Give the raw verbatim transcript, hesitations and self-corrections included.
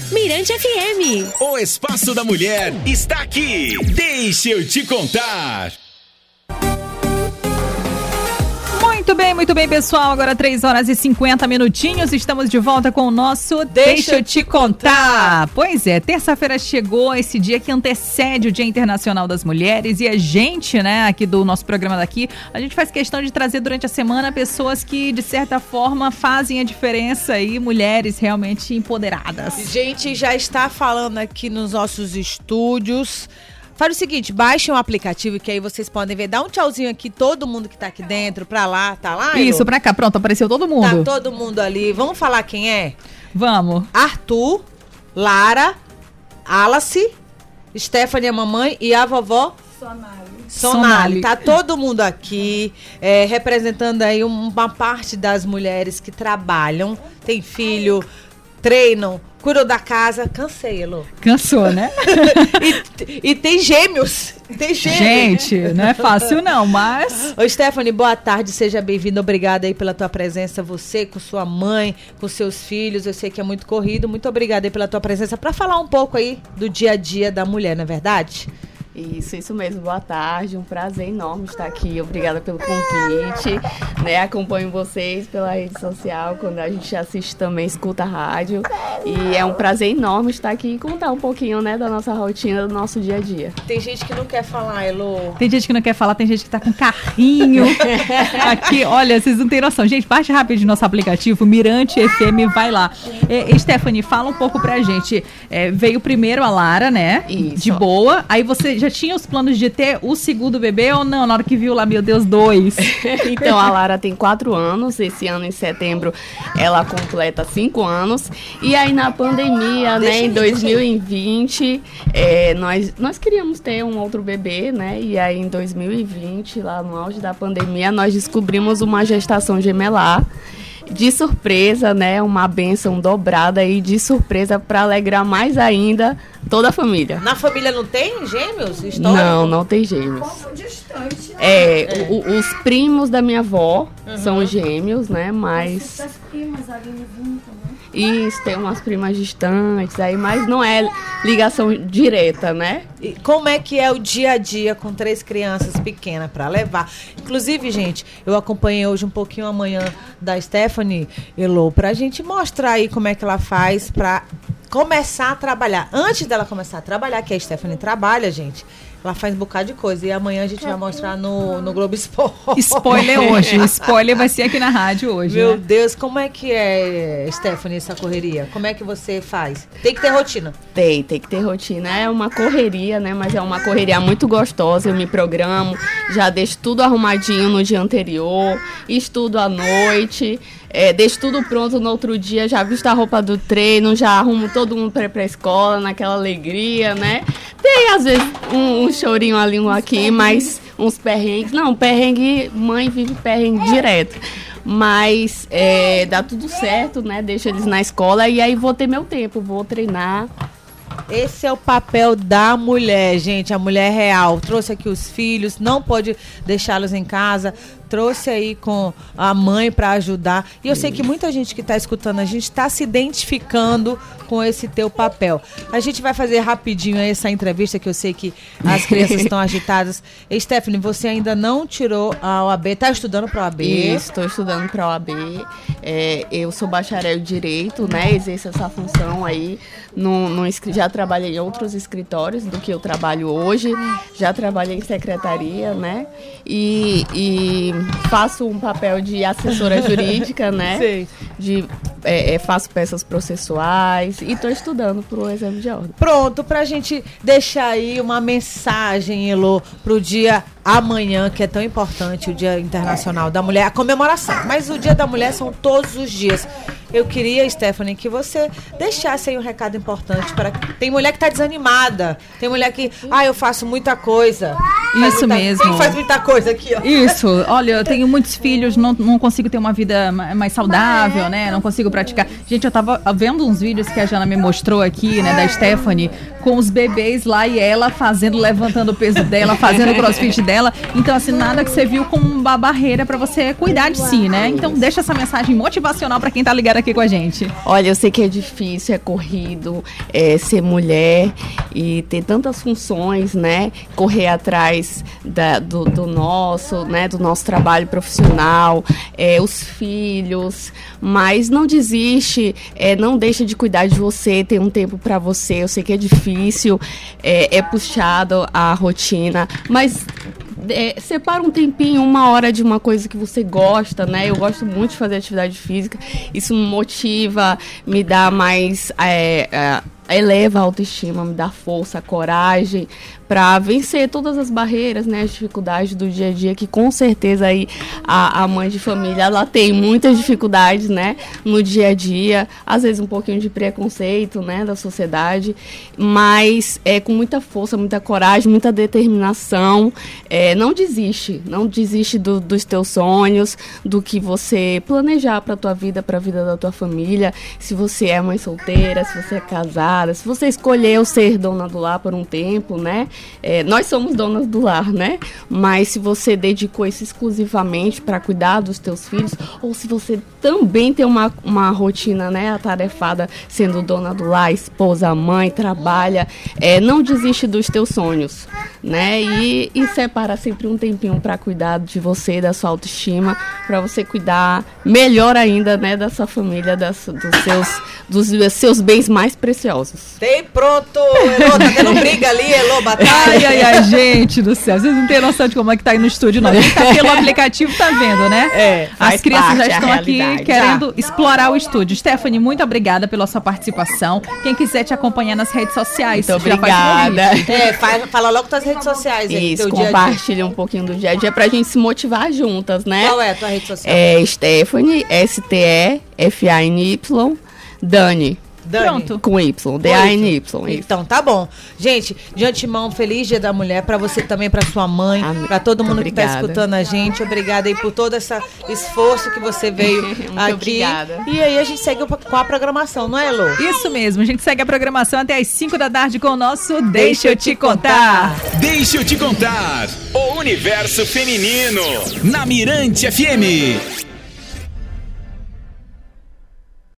Mirante F M. O Espaço da Mulher está aqui. Deixa eu te contar. Muito bem, muito bem, pessoal. Agora três horas e cinquenta minutinhos. Estamos de volta com o nosso Deixa, Deixa eu te contar. Pois é, terça-feira chegou esse dia que antecede o Dia Internacional das Mulheres e a gente, né, aqui do nosso programa daqui, a gente faz questão de trazer durante a semana pessoas que, de certa forma, fazem a diferença aí, mulheres realmente empoderadas. Gente, já está falando aqui nos nossos estúdios. Faz o seguinte, baixem o aplicativo que aí vocês podem ver. Dá um tchauzinho aqui, todo mundo que tá aqui dentro, pra lá, tá lá? Isso, pra cá, pronto, apareceu todo mundo. Tá todo mundo ali. Vamos falar quem é? Vamos. Arthur, Lara, Alice, Stephanie, a mamãe, e a vovó? Sonali. Sonali. Sonali. Tá todo mundo aqui, é, representando aí uma parte das mulheres que trabalham, tem filho, treinam, cuidam da casa. Cansei, Elô. Cansou, né? e, e tem gêmeos. Tem gêmeos. Gente, não é fácil não, mas... Ô, Stephanie, boa tarde, seja bem-vinda. Obrigada aí pela tua presença, você com sua mãe, com seus filhos. Eu sei que é muito corrido. Muito obrigada aí pela tua presença para falar um pouco aí do dia a dia da mulher, não é verdade? Isso, isso mesmo. Boa tarde, um prazer enorme estar aqui. Obrigada pelo convite, né? Acompanho vocês pela rede social, quando a gente assiste também, escuta a rádio. E é um prazer enorme estar aqui e contar um pouquinho, né, da nossa rotina, do nosso dia a dia. Tem gente que não quer falar, Elô. Tem gente que não quer falar, tem gente que tá com carrinho. Aqui, olha, vocês não têm noção. Gente, baixa rápido de nosso aplicativo, Mirante F M, vai lá. É, Stephanie, fala um pouco pra gente. É, veio primeiro a Lara, né? Isso. De boa. Aí você já Já tinha os planos de ter o segundo bebê ou não? Na hora que viu lá, meu Deus, dois. Então, a Lara tem quatro anos. Esse ano, em setembro, ela completa cinco anos. E aí, na pandemia, né, em dois mil e vinte, é, nós, nós queríamos ter um outro bebê, né? E aí, em dois mil e vinte, lá no auge da pandemia, nós descobrimos uma gestação gemelar. De surpresa, né? Uma bênção dobrada aí de surpresa para alegrar mais ainda toda a família. Na família não tem gêmeos? Histórico? Não, não tem gêmeos. Como distante. É, é. O, os primos da minha avó uhum. são gêmeos, né? Mas... As primas ali junto, né? Isso, tem umas primas distantes aí, mas não é ligação direta, né? E como é que é o dia a dia com três crianças pequenas para levar? Inclusive, gente, eu acompanhei hoje um pouquinho amanhã da Stephanie, Elô, pra gente mostrar aí como é que ela faz pra começar a trabalhar. Antes dela começar a trabalhar, que a Stephanie trabalha, gente, ela faz um bocado de coisa. E amanhã a gente vai mostrar no, no Globo Esporte. Spoiler hoje. O spoiler vai ser aqui na rádio hoje. Meu né? Deus, como é que é, Stephanie, essa correria? Como é que você faz? Tem que ter rotina. Tem, tem que ter rotina. É uma correria, né? Mas é uma correria muito gostosa. Eu me programo, já deixo tudo arrumadinho no dia anterior, estudo à noite. É, deixo tudo pronto no outro dia, já visto a roupa do treino, já arrumo todo mundo para ir pra escola, naquela alegria, né? Tem, às vezes, um, um chorinho ali, um aqui, mas uns perrengues. Não, perrengue, mãe vive perrengue direto. Mas é, dá tudo certo, né? Deixo eles na escola e aí vou ter meu tempo, vou treinar. Esse é o papel da mulher, gente, a mulher real. Trouxe aqui os filhos, não pode deixá-los em casa. Trouxe aí com a mãe para ajudar. E eu sei que muita gente que está escutando a gente está se identificando com esse teu papel. A gente vai fazer rapidinho essa entrevista, que eu sei que as crianças estão agitadas. Stephanie, você ainda não tirou a O A B, está estudando para a O A B? Isso, estou estudando para a O A B. É, eu sou bacharel em Direito, né? Exerço essa função aí. No, no, já trabalhei em outros escritórios do que eu trabalho hoje. Já trabalhei em secretaria, né? E... e faço um papel de assessora jurídica, né? Sim. De, é, é, faço peças processuais e estou estudando para o exame de ordem. Pronto, para a gente deixar aí uma mensagem, Elô, para o dia amanhã, que é tão importante, o Dia Internacional da Mulher, a comemoração. Mas o Dia da Mulher são todos os dias. Eu queria, Stephanie, que você deixasse aí um recado importante para... Tem mulher que está desanimada, tem mulher que, ah, eu faço muita coisa. Isso muita... mesmo. Quem faz muita coisa aqui, ó? Isso, olha, eu tenho muitos filhos, não, não consigo ter uma vida mais saudável, né? Não consigo praticar. Gente, eu tava vendo uns vídeos que a Jana me mostrou aqui, né, da Stephanie, com os bebês lá e ela fazendo, levantando o peso dela, fazendo o crossfit dela. dela. Então, assim, nada que você viu como uma barreira pra você cuidar de si, né? Então, deixa essa mensagem motivacional pra quem tá ligado aqui com a gente. Olha, eu sei que é difícil, é corrido, é, ser mulher e ter tantas funções, né? Correr atrás da, do, do nosso, né? Do nosso trabalho profissional, é, os filhos, mas não desiste, é, não deixa de cuidar de você, ter um tempo pra você. Eu sei que é difícil, é, é puxado a rotina, mas É, separa um tempinho, uma hora de uma coisa que você gosta, né? Eu gosto muito de fazer atividade física. Isso me motiva, me dá mais... É, é, eleva a autoestima, me dá força, coragem para vencer todas as barreiras, né, as dificuldades do dia a dia, que com certeza aí a, a mãe de família, ela tem muitas dificuldades, né, no dia a dia, às vezes um pouquinho de preconceito, né, da sociedade, mas é com muita força, muita coragem, muita determinação, é, não desiste, não desiste do, dos teus sonhos, do que você planejar para tua vida, para a vida da tua família, se você é mãe solteira, se você é casada, se você escolheu ser dona do lar por um tempo, né? É, nós somos donas do lar, né? Mas se você dedicou isso exclusivamente para cuidar dos teus filhos, ou se você também tem uma, uma rotina, né, atarefada, sendo dona do lar, esposa, mãe, trabalha, é, não desiste dos teus sonhos, né? E, e separa sempre um tempinho para cuidar de você, da sua autoestima, para você cuidar melhor ainda, né, da sua família, das, dos, seus, dos seus bens mais preciosos. Tem pronto! Elô, tá tendo briga ali, Elô, batalha. Ai, ai, ai, gente do céu. Vocês não têm noção de como é que tá aí no estúdio, não. A gente tá pelo aplicativo, tá vendo, né? É, as crianças já estão aqui realidade. querendo explorar o estúdio. Stephanie, muito obrigada pela sua participação. Quem quiser te acompanhar nas redes sociais, Muito já faz um obrigada. convite. É, faz, fala logo tuas redes sociais aí. Isso, teu dia a dia. compartilha um pouquinho do dia a dia pra gente se motivar juntas, né? Qual é a tua rede social? É Stephanie, S T E F A N Y, Dani. Dani. Pronto. Com Y, D A N Y. Então, tá bom. Gente, de antemão, feliz Dia da Mulher pra você também, pra sua mãe, Amém. pra todo mundo que tá Obrigada. escutando a gente. Obrigada aí por todo esse esforço que você veio Muito aqui. obrigada. E aí a gente segue com a programação, não é, Elô? Isso mesmo, a gente segue a programação até às cinco da tarde com o nosso Deixa Eu Te Contar. Deixa eu te contar. O universo feminino. Na Mirante F M.